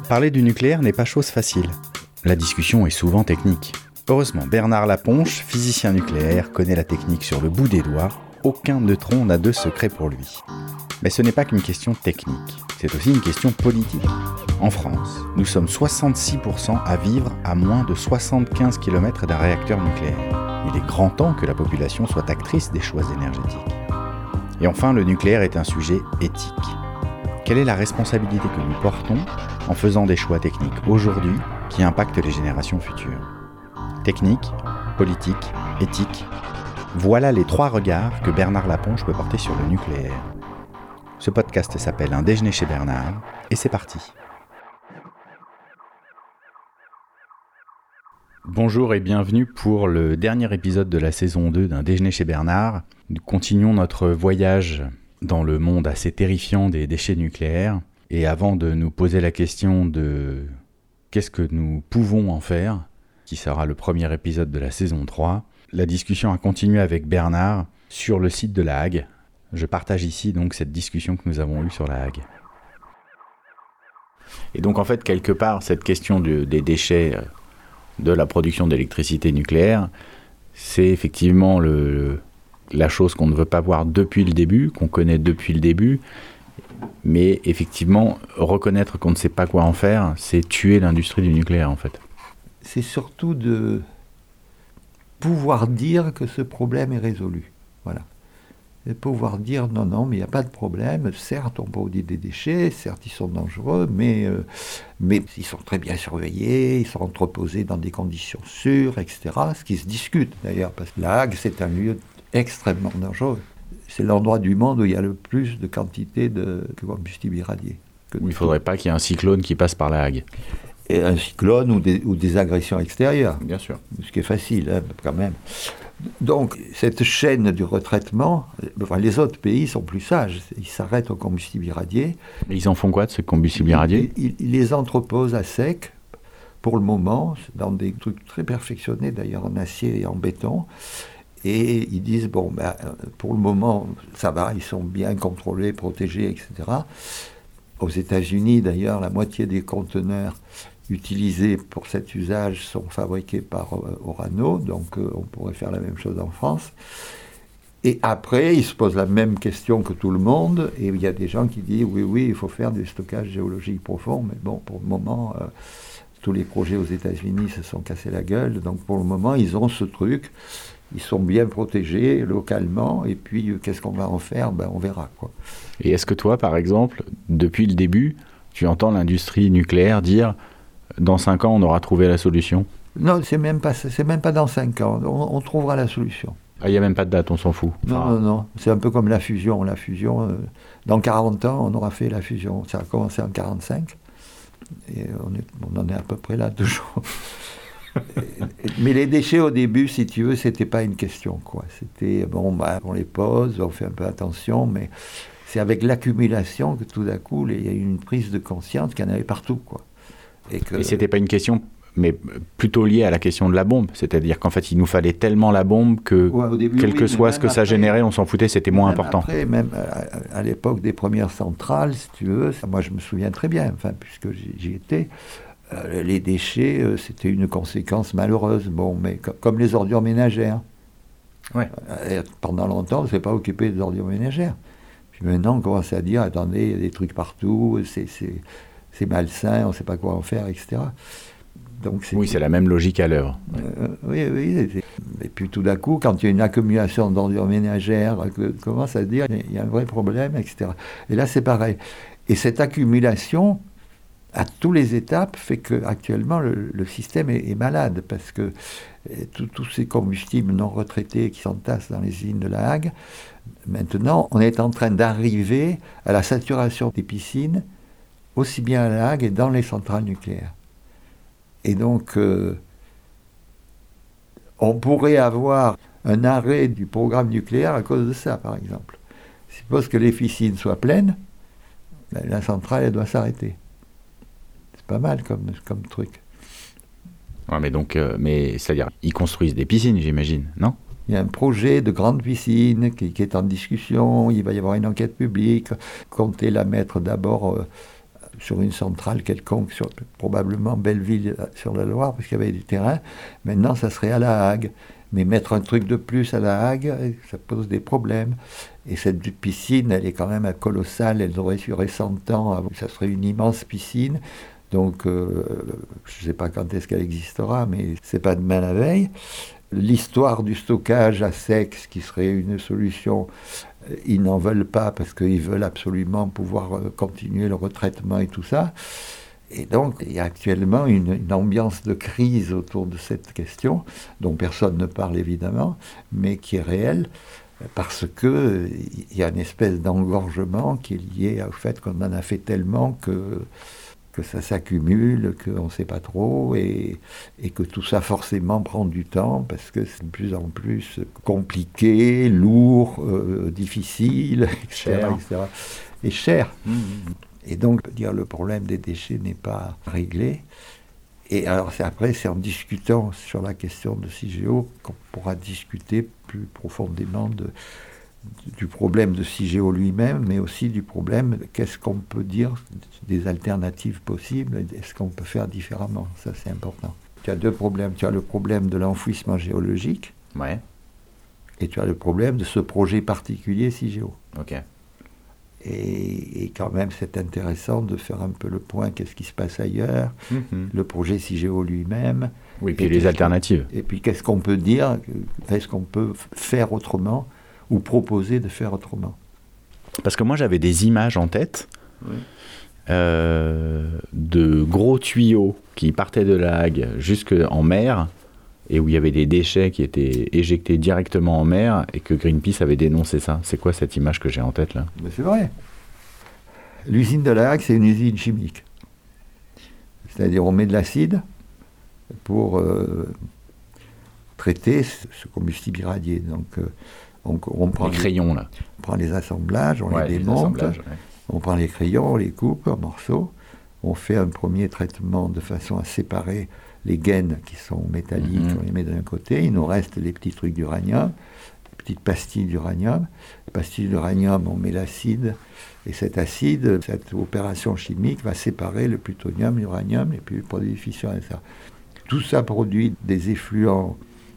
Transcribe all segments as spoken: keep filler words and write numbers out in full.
Parler du nucléaire n'est pas chose facile. La discussion est souvent technique. Heureusement, Bernard Laponche, physicien nucléaire, connaît la technique sur le bout des doigts. Aucun neutron n'a de secret pour lui. Mais ce n'est pas qu'une question technique, c'est aussi une question politique. En France, nous sommes soixante-six pour cent à vivre à moins de soixante-quinze kilomètres d'un réacteur nucléaire. Il est grand temps que la population soit actrice des choix énergétiques. Et enfin, le nucléaire est un sujet éthique. Quelle est la responsabilité que nous portons en faisant des choix techniques aujourd'hui qui impactent les générations futures ? Technique, politique, éthique, voilà les trois regards que Bernard Laponche peut porter sur le nucléaire. Ce podcast s'appelle Un déjeuner chez Bernard, et c'est parti. Bonjour et bienvenue pour le dernier épisode de la saison deux d'Un déjeuner chez Bernard. Nous continuons notre voyage dans le monde assez terrifiant des déchets nucléaires. Et avant de nous poser la question de qu'est-ce que nous pouvons en faire, qui sera le premier épisode de la saison trois, la discussion a continué avec Bernard sur le site de la Hague. Je partage ici donc cette discussion que nous avons eue sur la Hague. Et donc en fait, quelque part, cette question de, des déchets de la production d'électricité nucléaire, c'est effectivement le, la chose qu'on ne veut pas voir depuis le début, qu'on connaît depuis le début, mais effectivement, reconnaître qu'on ne sait pas quoi en faire, c'est tuer l'industrie du nucléaire en fait. C'est surtout de pouvoir dire que ce problème est résolu. Voilà. Et pouvoir dire non, non, mais il n'y a pas de problème. Certes, on produit des déchets, certes, ils sont dangereux, mais, euh, mais ils sont très bien surveillés, ils sont entreposés dans des conditions sûres, et cetera. Ce qui se discute d'ailleurs, parce que la Hague, c'est un lieu extrêmement dangereux. C'est l'endroit du monde où il y a le plus de quantité de combustible irradié. Il ne faudrait pas qu'il y ait un cyclone qui passe par la Hague. Et un cyclone ou des, ou des agressions extérieures. Bien sûr. Ce qui est facile, hein, quand même. Donc, cette chaîne du retraitement, enfin, les autres pays sont plus sages. Ils s'arrêtent au combustible irradié. Et ils en font quoi de ce combustible irradié ? Ils, ils, ils les entreposent à sec, pour le moment, dans des trucs très perfectionnés, d'ailleurs en acier et en béton. Et ils disent, bon, ben, pour le moment, ça va, ils sont bien contrôlés, protégés, et cetera. Aux États-Unis, d'ailleurs, la moitié des conteneurs utilisés pour cet usage sont fabriqués par euh, Orano, donc euh, on pourrait faire la même chose en France. Et après, ils se posent la même question que tout le monde, et il y a des gens qui disent, oui, oui, il faut faire du stockage géologique profond, mais bon, pour le moment, euh, tous les projets aux États-Unis se sont cassés la gueule, donc pour le moment, ils ont ce truc, ils sont bien protégés localement, et puis euh, qu'est-ce qu'on va en faire ? Ben, on verra, quoi. Et est-ce que toi, par exemple, depuis le début, tu entends l'industrie nucléaire dire dans cinq ans, on aura trouvé la solution ? Non, c'est même pas, c'est même pas dans cinq ans. On, on trouvera la solution. Ah, il n'y a même pas de date, on s'en fout. Non, enfin... non, non. C'est un peu comme la fusion. La fusion, euh, dans quarante ans, on aura fait la fusion. Ça a commencé en quarante-cinq. Et on, est, on en est à peu près là, toujours. Mais les déchets, au début, si tu veux, c'était pas une question, quoi. C'était, bon, bah, on les pose, on fait un peu attention, mais c'est avec l'accumulation que tout d'un coup, il y a eu une prise de conscience qu'il y en avait partout, quoi. Et, que... Et c'était pas une question, mais plutôt liée à la question de la bombe. C'est-à-dire qu'en fait, il nous fallait tellement la bombe que, ouais, début, quel oui, que soit ce que après, ça générait, on s'en foutait, c'était moins important. Après, même à, à l'époque des premières centrales, si tu veux, ça, moi je me souviens très bien, enfin, puisque j'y, j'y étais, euh, les déchets, euh, c'était une conséquence malheureuse. Bon, mais co- comme les ordures ménagères. Ouais. Euh, pendant longtemps, on ne s'est pas occupé des ordures ménagères. Puis maintenant, on commence à dire, attendez, il y a des trucs partout, c'est... c'est c'est malsain, on ne sait pas quoi en faire, et cetera. Donc c'est, oui, c'est la même logique à l'œuvre. Euh, oui, oui. Et puis tout d'un coup, quand il y a une accumulation d'ordures ménagères, que, commence à se dire il y a un vrai problème, et cetera. Et là, c'est pareil. Et cette accumulation, à toutes les étapes, fait qu'actuellement, le, le système est, est malade, parce que tous ces combustibles non retraités qui s'entassent dans les usines de la Hague, maintenant, on est en train d'arriver à la saturation des piscines, aussi bien à la Hague et dans les centrales nucléaires. Et donc, euh, on pourrait avoir un arrêt du programme nucléaire à cause de ça, par exemple. Suppose que les piscines soient pleines, ben, la centrale, elle doit s'arrêter. C'est pas mal comme, comme truc. Ouais, mais donc, euh, mais c'est-à-dire, ils construisent des piscines, j'imagine, non ? Il y a un projet de grande piscine qui, qui est en discussion, il va y avoir une enquête publique, comptez la mettre d'abord... Euh, sur une centrale quelconque, sur, probablement Belleville-sur-la-Loire, parce qu'il y avait du terrain. Maintenant, ça serait à La Hague. Mais mettre un truc de plus à La Hague, ça pose des problèmes. Et cette piscine, elle est quand même colossale, elle aurait duré cent ans, ça serait une immense piscine. Donc, euh, je ne sais pas quand est-ce qu'elle existera, mais ce n'est pas demain la veille. L'histoire du stockage à sec, ce qui serait une solution, ils n'en veulent pas parce qu'ils veulent absolument pouvoir continuer le retraitement et tout ça. Et donc, il y a actuellement une, une ambiance de crise autour de cette question, dont personne ne parle évidemment, mais qui est réelle, parce qu'il y a une espèce d'engorgement qui est lié au fait qu'on en a fait tellement que... que ça s'accumule, qu'on ne sait pas trop, et, et que tout ça forcément prend du temps, parce que c'est de plus en plus compliqué, lourd, euh, difficile, et cetera, et cetera. Et cher. Mmh. Et donc, dire le problème des déchets n'est pas réglé. Et alors, c'est, après, c'est en discutant sur la question de Cigéo qu'on pourra discuter plus profondément de... du problème de Cigéo lui-même, mais aussi du problème, qu'est-ce qu'on peut dire, des alternatives possibles, est-ce qu'on peut faire différemment, ça c'est important. Tu as deux problèmes, tu as le problème de l'enfouissement géologique, ouais. Et tu as le problème de ce projet particulier Cigéo. Ok. Et, et quand même c'est intéressant de faire un peu le point, qu'est-ce qui se passe ailleurs, mm-hmm. Le projet Cigéo lui-même. Oui, puis les alternatives. Et puis qu'est-ce qu'on peut dire, est-ce qu'on peut faire autrement ou proposer de faire autrement. Parce que moi, j'avais des images en tête oui. euh, de gros tuyaux qui partaient de La Hague jusqu'en mer et où il y avait des déchets qui étaient éjectés directement en mer et que Greenpeace avait dénoncé ça. C'est quoi cette image que j'ai en tête, là ? Mais c'est vrai. L'usine de La Hague, c'est une usine chimique. C'est-à-dire, on met de l'acide pour euh, traiter ce, ce combustible irradié. Donc, euh, On, on prend les crayons, les, là. On prend les assemblages, on ouais, les démonte, les ouais. On prend les crayons, on les coupe en morceaux, on fait un premier traitement de façon à séparer les gaines qui sont métalliques, mm-hmm. On les met d'un côté, il nous reste les petits trucs d'uranium, les petites pastilles d'uranium. Les pastilles d'uranium, on met l'acide, et cet acide, cette opération chimique va séparer le plutonium, l'uranium, et puis le produit de fission, et ça. Tout ça produit des effluents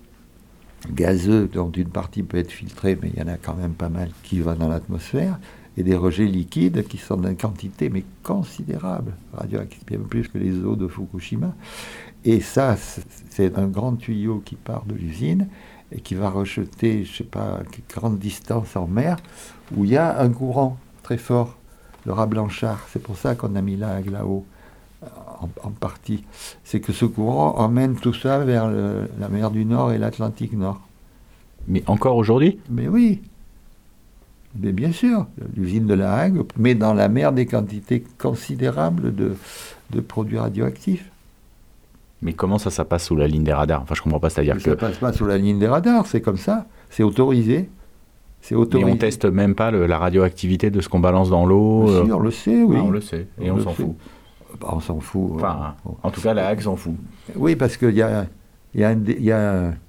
gazeux, dont une partie peut être filtrée, mais il y en a quand même pas mal qui va dans l'atmosphère, et des rejets liquides qui sont d'une quantité mais considérable, radioactive, bien plus que les eaux de Fukushima. Et ça, c'est un grand tuyau qui part de l'usine et qui va rejeter, je ne sais pas, à grande distance en mer, où il y a un courant très fort, le raz Blanchard. C'est pour ça qu'on a mis La Hague là-haut. En, en partie, c'est que ce courant emmène tout ça vers le, la mer du Nord et l'Atlantique Nord. Mais encore aujourd'hui ? Mais oui, mais bien sûr, l'usine de La Hague met dans la mer des quantités considérables de, de produits radioactifs. Mais comment ça, ça passe sous la ligne des radars ? Enfin, je comprends pas, c'est-à-dire mais que... Ça passe pas sous la ligne des radars, c'est comme ça, c'est autorisé. C'est autorisé. Et on teste même pas le, la radioactivité de ce qu'on balance dans l'eau ? Si, on le sait, oui. Ah, on le sait, et on, on s'en fout. Bah, on s'en fout. Enfin, on... en tout cas, La Hague s'en fout. Oui, parce qu'il y a, y a, un, y a un...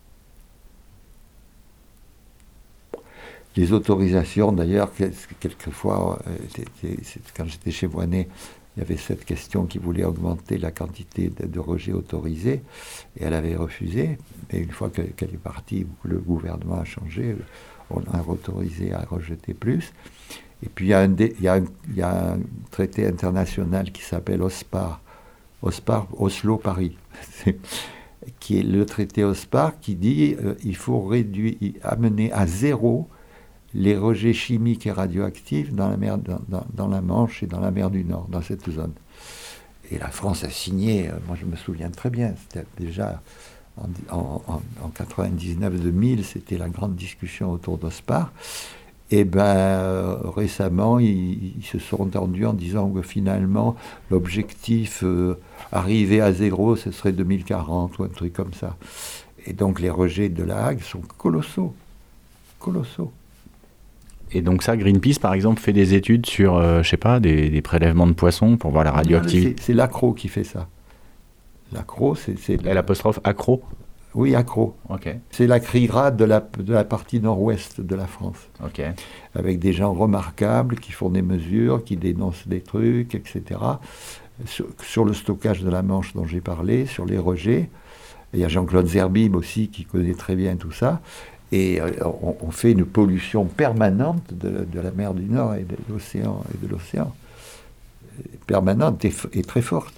les autorisations, d'ailleurs, quelquefois, quand j'étais chez Voynet, il y avait cette question qui voulait augmenter la quantité de, de rejets autorisés, et elle avait refusé. Et une fois qu'elle, qu'elle est partie, le gouvernement a changé, on a autorisé à rejeter plus. Et puis il y a un, dé, il y a un, il y a un traité international qui s'appelle OSPAR, OSPAR Oslo-Paris, qui est le traité OSPAR qui dit qu'il euh, faut réduire, amener à zéro les rejets chimiques et radioactifs dans la, mer, dans, dans, dans la Manche et dans la mer du Nord, dans cette zone. Et la France a signé, euh, moi je me souviens très bien, c'était déjà en, en, en, en quatre-vingt-dix-neuf deux mille, c'était la grande discussion autour d'OSPAR. Et bien, euh, récemment, ils, ils se sont entendus en disant que finalement, l'objectif euh, arrivé à zéro, ce serait deux mille quarante ou un truc comme ça. Et donc, les rejets de La Hague sont colossaux. Colossaux. Et donc ça, Greenpeace, par exemple, fait des études sur, euh, je sais pas, des, des prélèvements de poissons pour voir la radioactivité. C'est, c'est l'A C R O qui fait ça. L'A C R O, c'est... c'est L'apostrophe A C R O ? Oui, accro. Ok. C'est la CRIRAD de la, de la partie nord-ouest de la France. Ok. Avec des gens remarquables qui font des mesures, qui dénoncent des trucs, et cetera. Sur, sur le stockage de la Manche dont j'ai parlé, sur les rejets. Il y a Jean-Claude Zerbib aussi qui connaît très bien tout ça. Et euh, on, on fait une pollution permanente de, de la mer du Nord et de l'océan. Et de l'océan. Permanente et, et très forte.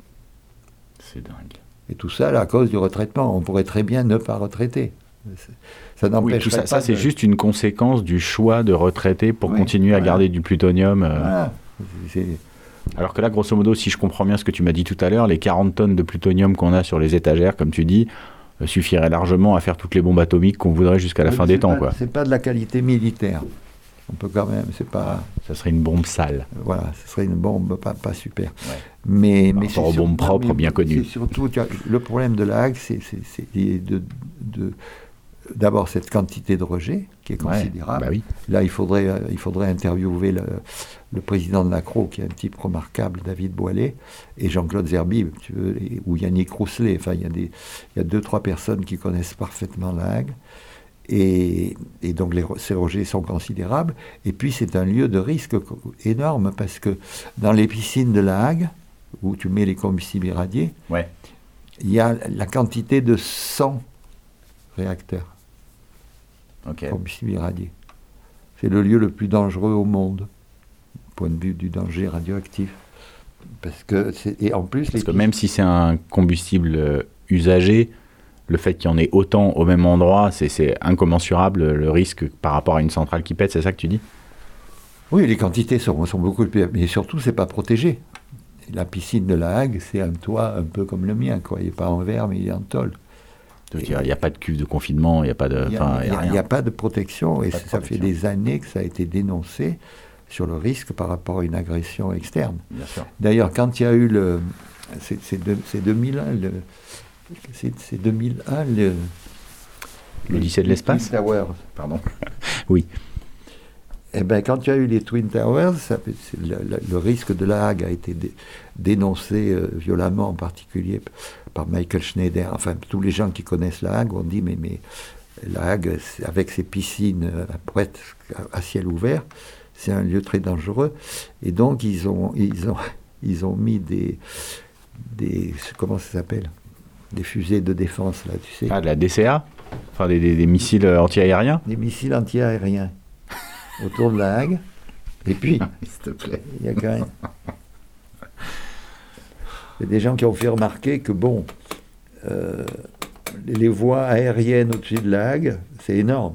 C'est dingue. Et tout ça à cause du retraitement. On pourrait très bien ne pas retraiter. Ça n'empêche oui, tout ça, pas. Ça, de... c'est juste une conséquence du choix de retraiter pour oui, continuer à voilà. garder du plutonium. Euh... Voilà. C'est... Alors que là, grosso modo, si je comprends bien ce que tu m'as dit tout à l'heure, les quarante tonnes de plutonium qu'on a sur les étagères, comme tu dis, euh, suffiraient largement à faire toutes les bombes atomiques qu'on voudrait jusqu'à la oui, fin des temps. Pas, quoi. C'est pas de la qualité militaire. On peut quand même, c'est pas... Ça serait une bombe sale. Voilà, ce serait une bombe pas, pas super. Ouais. Mais, Par mais rapport aux bombes propres, bien connues. C'est surtout, tu vois, le problème de la Hague, c'est, c'est, c'est de, de, d'abord cette quantité de rejet, qui est considérable. Ouais, bah oui. Là, il faudrait, il faudrait interviewer le, le président de l'A C R O, qui est un type remarquable, David Boilet, et Jean-Claude Zerbib, tu veux, et, ou Yannick Rousselet. Enfin, il y a des, il y a deux, trois personnes qui connaissent parfaitement la Hague. Et, et donc les, ces rejets sont considérables. Et puis c'est un lieu de risque énorme parce que dans les piscines de la Hague, où tu mets les combustibles irradiés, ouais. il y a la quantité de cent réacteurs okay. combustibles irradiés. C'est le lieu le plus dangereux au monde, du point de vue du danger radioactif. Parce que c'est, et en plus, parce les que piscines, même si c'est un combustible euh, usagé, le fait qu'il y en ait autant au même endroit, c'est, c'est incommensurable le risque par rapport à une centrale qui pète, c'est ça que tu dis ? Oui, les quantités sont, sont beaucoup plus... Mais surtout, c'est pas protégé. La piscine de la Hague, c'est un toit un peu comme le mien, quoi. Il n'est pas en verre, mais il est en tôle. Il n'y a pas de cuve de confinement, il n'y a pas de... Il n'y a, a, a pas de protection, et pas de ça protection. fait des années que ça a été dénoncé sur le risque par rapport à une agression externe. Bien sûr. D'ailleurs, quand il y a eu le... C'est, c'est, de, c'est deux mille un, le... C'est, c'est deux mille un, le... L'Odyssée de l'espace ? Twin Towers. Pardon. Oui. Eh bien, quand il y a eu les Twin Towers, ça, le, le, le risque de la Hague a été dé, dénoncé euh, violemment, en particulier par Michael Schneider. Enfin, tous les gens qui connaissent la Hague ont dit, mais, mais la Hague, avec ses piscines à, à ciel ouvert, c'est un lieu très dangereux. Et donc, ils ont, ils ont, ils ont mis des, des... Comment ça s'appelle ? Des fusées de défense, là, tu sais. Ah, de la D C A ? Enfin, des, des, des missiles anti-aériens ? Des missiles anti-aériens autour de la Hague. Et puis, s'il te plaît, il y a quand même... Il y a des gens qui ont fait remarquer que, bon, euh, les voies aériennes au-dessus de la Hague, c'est énorme.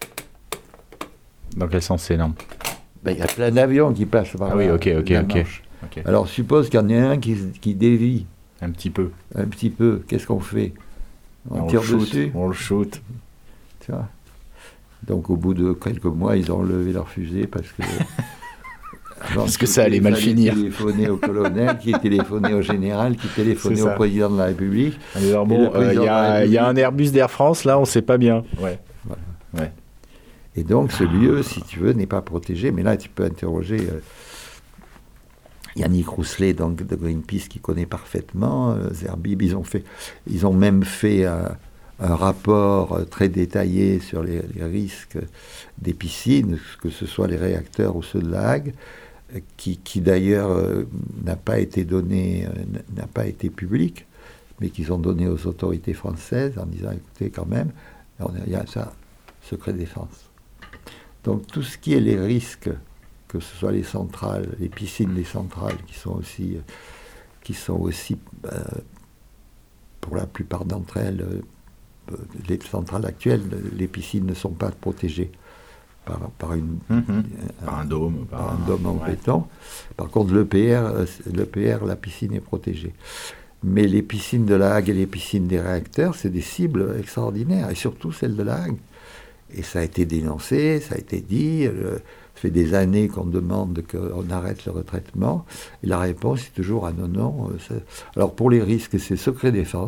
Dans quel sens c'est énorme ? Ben, il y a plein d'avions qui passent par là. Ah oui, ok, ok, ok. okay. Alors, suppose qu'il y en ait un qui, qui dévie. Un petit peu. Un petit peu. Qu'est-ce qu'on fait ? On, on tire le shoot, dessus. On le shoot. Tu vois ? Donc, au bout de quelques mois, ils ont enlevé leur fusée parce que... parce que ça allait mal finir. Qui téléphonait au colonel, qui téléphonait au général, qui téléphonait au président de la République. Alors bon, il euh, y, République... y a un Airbus d'Air France, là, on ne sait pas bien. Ouais. Voilà. Ouais. Et donc, ce lieu, si tu veux, n'est pas protégé. Mais là, tu peux interroger... Euh, Yannick Rousselet, donc de Greenpeace, qui connaît parfaitement euh, Zerbib. Ils ont fait, ils ont même fait euh, un rapport euh, très détaillé sur les, les risques des piscines, que ce soit les réacteurs ou ceux de la Hague, euh, qui, qui d'ailleurs euh, n'a pas été donné, euh, n'a pas été public, mais qu'ils ont donné aux autorités françaises en disant, écoutez, quand même, il y a ça, secret défense. Donc tout ce qui est les risques, que ce soit les centrales, les piscines des centrales, qui sont aussi, qui sont aussi euh, pour la plupart d'entre elles, euh, les centrales actuelles, les piscines ne sont pas protégées par, par, une, mmh, un, par un dôme, par par un un, dôme en ouais. béton. Par contre, l'E P R, l'E P R, la piscine est protégée. Mais les piscines de la Hague et les piscines des réacteurs, c'est des cibles extraordinaires, et surtout celles de la Hague. Et ça a été dénoncé, ça a été dit. Le, Ça fait des années qu'on demande qu'on arrête le retraitement. Et la réponse est toujours « ah non, non ». Alors pour les risques, c'est secret défense.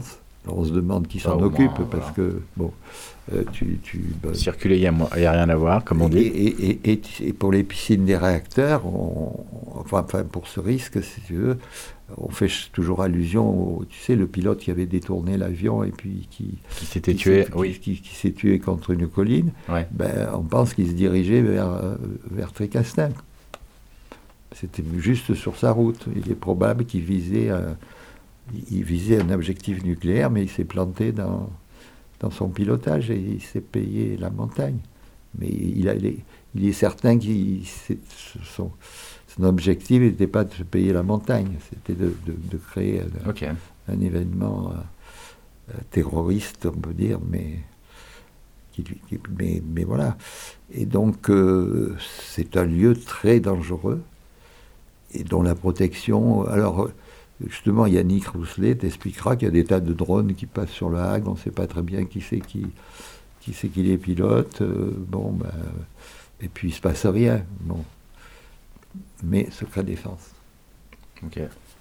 Alors on se demande qui s'en Ah, occupe, moins, parce voilà. que, bon, euh, tu... tu bah, Circuler, il n'y a, a rien à voir, comme on dit. Et, et, et, et pour les piscines des réacteurs, on, enfin, enfin pour ce risque, si tu veux, on fait toujours allusion au, tu sais, le pilote qui avait détourné l'avion et puis qui... Qui s'était qui tué, s'est, oui. Qui, qui, qui s'est tué contre une colline. Ouais. Ben, on pense qu'il se dirigeait vers, vers Trécastin. C'était juste sur sa route. Il est probable qu'il visait... Euh, Il visait un objectif nucléaire, mais il s'est planté dans, dans son pilotage et il s'est payé la montagne. Mais il, a, il est certain que son, son objectif n'était pas de se payer la montagne, c'était de, de, de créer un, okay. un événement euh, terroriste, on peut dire, mais, qui, qui, mais, mais voilà. Et donc, euh, c'est un lieu très dangereux et dont la protection... Alors, justement, Yannick Rousselet t'expliquera qu'il y a des tas de drones qui passent sur le Hague, on ne sait pas très bien qui c'est qui, qui, c'est qui les pilote, euh, bon, ben, et puis il ne se passe rien, bon. Mais secret défense. Ok.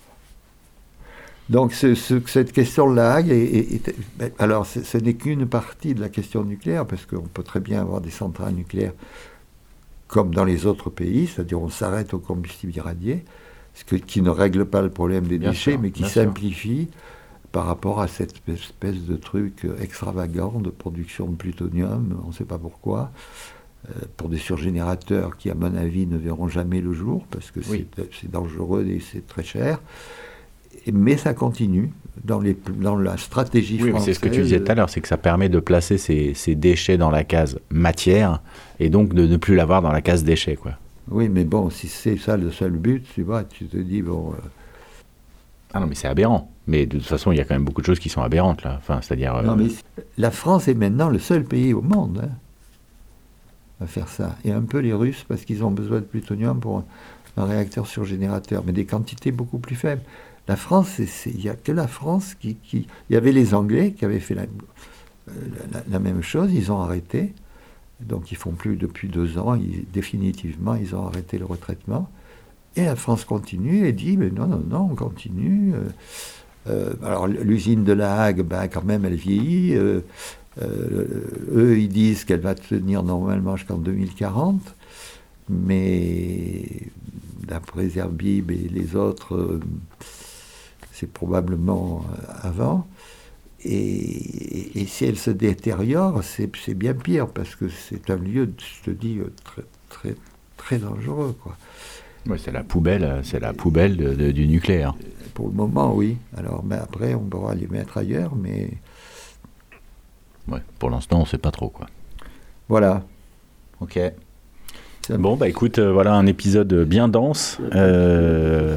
Donc ce, ce, cette question de la Hague, est, est, est, ben, alors ce, ce n'est qu'une partie de la question nucléaire, parce qu'on peut très bien avoir des centrales nucléaires comme dans les autres pays, c'est-à-dire on s'arrête au combustible irradié, ce que, qui ne règle pas le problème des bien déchets, sûr, mais qui simplifie sûr. Par rapport à cette espèce de truc extravagant de production de plutonium, on ne sait pas pourquoi, euh, pour des surgénérateurs qui, à mon avis, ne verront jamais le jour, parce que oui. c'est, c'est dangereux et c'est très cher. Et, mais ça continue dans, les, dans la stratégie oui, française. C'est ce que tu disais tout à l'heure, c'est que ça permet de placer ces, ces déchets dans la case matière, et donc de ne plus l'avoir dans la case déchets, quoi. Oui, mais bon, si c'est ça le seul but, tu vois, tu te dis, bon... Euh... Ah non, mais c'est aberrant. Mais de toute façon, il y a quand même beaucoup de choses qui sont aberrantes, là. Enfin, c'est-à-dire... Euh... Non, mais la France est maintenant le seul pays au monde hein, à faire ça. Et un peu les Russes, parce qu'ils ont besoin de plutonium pour un, un réacteur surgénérateur, mais des quantités beaucoup plus faibles. La France, il n'y a que la France qui... Il y avait les Anglais qui avaient fait la, la, la même chose, ils ont arrêté. Donc ils ne font plus depuis deux ans, ils, définitivement, ils ont arrêté le retraitement. Et la France continue et dit, mais non, non, non, on continue. Euh, alors l'usine de La Hague, ben, quand même, elle vieillit. Euh, euh, eux, ils disent qu'elle va tenir normalement jusqu'en deux mille quarante. Mais d'après Zerbib et les autres, euh, c'est probablement avant. Et, et si elle se détériore, c'est, c'est bien pire, parce que c'est un lieu, je te dis, très, très, très dangereux, quoi. Ouais, c'est la poubelle, c'est la poubelle de, de, du nucléaire. Pour le moment, oui. Alors, mais après, on pourra les mettre ailleurs, mais... Ouais, pour l'instant, on ne sait pas trop, quoi. Voilà. Ok. Bon, bah écoute, euh, voilà un épisode bien dense. Euh...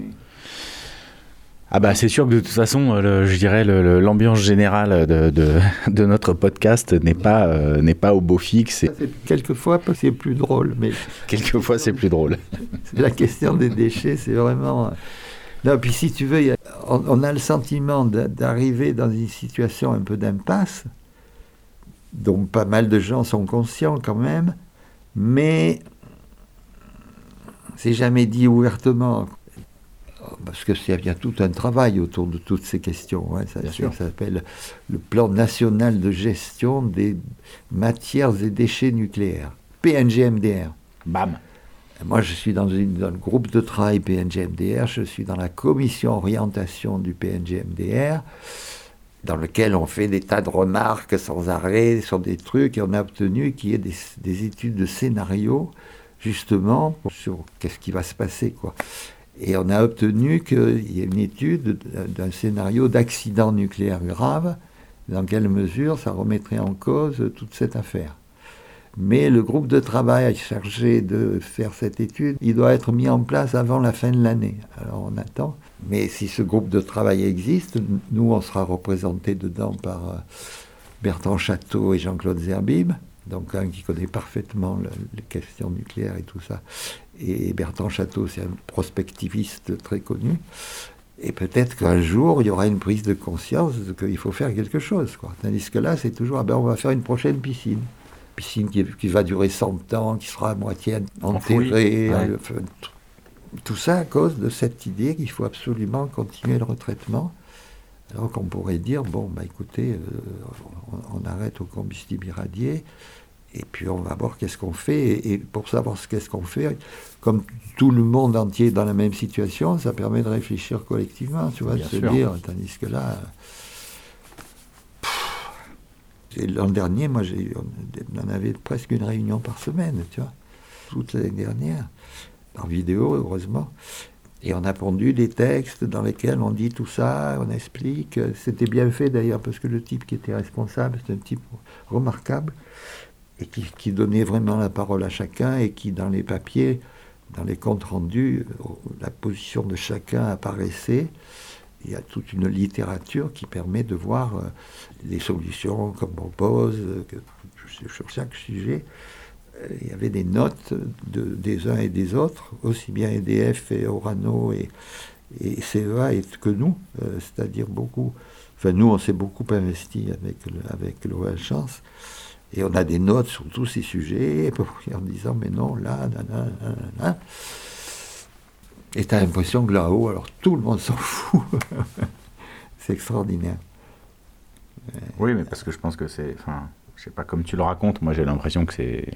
Ah bah c'est sûr que de toute façon, le, je dirais le, le, l'ambiance générale de, de, de notre podcast n'est pas, euh, n'est pas au beau fixe. Et... Quelquefois, c'est plus drôle. Mais... Quelquefois, c'est plus drôle. La question des déchets, c'est vraiment... Non, puis si tu veux, y a... on, on a le sentiment d'arriver dans une situation un peu d'impasse, dont pas mal de gens sont conscients quand même, mais c'est jamais dit ouvertement. Parce qu'il y a tout un travail autour de toutes ces questions. Hein. Ça, ça s'appelle le plan national de gestion des matières et déchets nucléaires, P N G M D R. Bam. Moi, je suis dans, une, dans le groupe de travail P N G M D R, je suis dans la commission orientation du P N G M D R, dans lequel on fait des tas de remarques sans arrêt sur des trucs, et on a obtenu qu'il y ait des, des études de scénario, justement, sur qu'est-ce qui va se passer, quoi. Et on a obtenu qu'il y ait une étude d'un scénario d'accident nucléaire grave, dans quelle mesure ça remettrait en cause toute cette affaire. Mais le groupe de travail chargé de faire cette étude, il doit être mis en place avant la fin de l'année. Alors on attend. Mais si ce groupe de travail existe, nous on sera représentés dedans par Bertrand Château et Jean-Claude Zerbib, donc un qui connaît parfaitement le, les questions nucléaires et tout ça. Et Bertrand Château, c'est un prospectiviste très connu. Et peut-être qu'un jour, il y aura une prise de conscience qu'il faut faire quelque chose, quoi. Tandis que là, c'est toujours, ah ben, on va faire une prochaine piscine. Piscine qui, qui va durer cent ans, qui sera à moitié enterrée. Ouais. Enfin, tout ça à cause de cette idée qu'il faut absolument continuer le retraitement Alors qu'on pourrait dire, bon, bah écoutez, euh, on, on arrête au combustible irradié, et puis on va voir qu'est-ce qu'on fait. Et, et pour savoir ce qu'est-ce qu'on fait, comme tout le monde entier est dans la même situation, ça permet de réfléchir collectivement, tu vois, Bien de se sûr. dire, tandis que là... Et l'an dernier, moi, j'ai, on en avait presque une réunion par semaine, tu vois, toute l'année dernière, en vidéo, heureusement. Et on a pondu des textes dans lesquels on dit tout ça, on explique. C'était bien fait d'ailleurs, parce que le type qui était responsable, c'était un type remarquable, et qui, qui donnait vraiment la parole à chacun, et qui, dans les papiers, dans les comptes rendus, la position de chacun apparaissait. Il y a toute une littérature qui permet de voir euh, les solutions qu'on propose euh, que, sur chaque sujet. Euh, il y avait des notes de, des uns et des autres, aussi bien E D F et Orano et, et C E A et que nous, euh, c'est-à-dire beaucoup. Enfin, nous, on s'est beaucoup investi avec, le, avec l'O L Chance, et on a des notes sur tous ces sujets, en disant, mais non, là, là, là, là, là. Et tu as l'impression que là-haut, alors tout le monde s'en fout. C'est extraordinaire. Oui, mais parce que je pense que c'est... Enfin, je sais pas, comme tu le racontes, moi j'ai l'impression que c'est...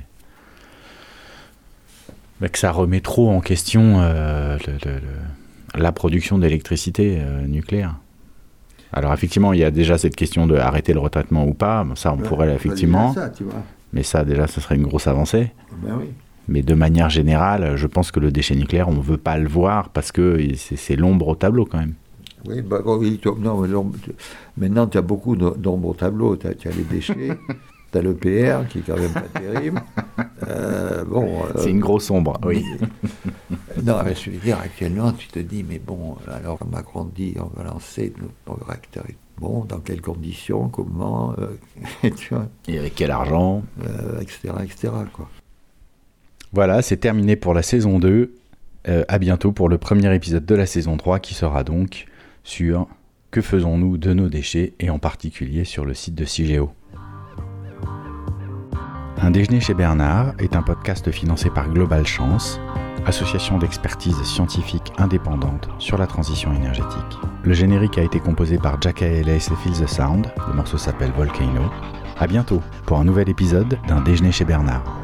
Bah, que ça remet trop en question euh, le, le, le, la production d'électricité euh, nucléaire. Alors effectivement, il y a déjà cette question de arrêter le retraitement ou pas. Ça, on ouais, pourrait effectivement... Ça, tu vois. Mais ça, déjà, ce serait une grosse avancée. Ben oui. Mais de manière générale, je pense que le déchet nucléaire, on ne veut pas le voir parce que c'est, c'est l'ombre au tableau quand même. Oui, bah, oui tu, non, maintenant tu as beaucoup d'ombre au tableau. Tu as, tu as les déchets, tu as le P R qui est quand même pas terrible. Euh, bon, euh, c'est une grosse ombre, oui. Non, mais je veux dire, actuellement, tu te dis, mais bon, alors Macron dit, on va lancer nos, nos réacteurs. Bon, dans quelles conditions, comment, euh, tu vois, et avec quel argent, euh, et cetera, et cetera, quoi. Voilà, c'est terminé pour la saison deux. Euh, à bientôt pour le premier épisode de la saison trois qui sera donc sur que faisons-nous de nos déchets et en particulier sur le site de Cigéo. Un déjeuner chez Bernard est un podcast financé par Global Chance, association d'expertise scientifique indépendante sur la transition énergétique. Le générique a été composé par Jack Ellis et Feel the Sound. Le morceau s'appelle Volcano. À bientôt pour un nouvel épisode d'un déjeuner chez Bernard.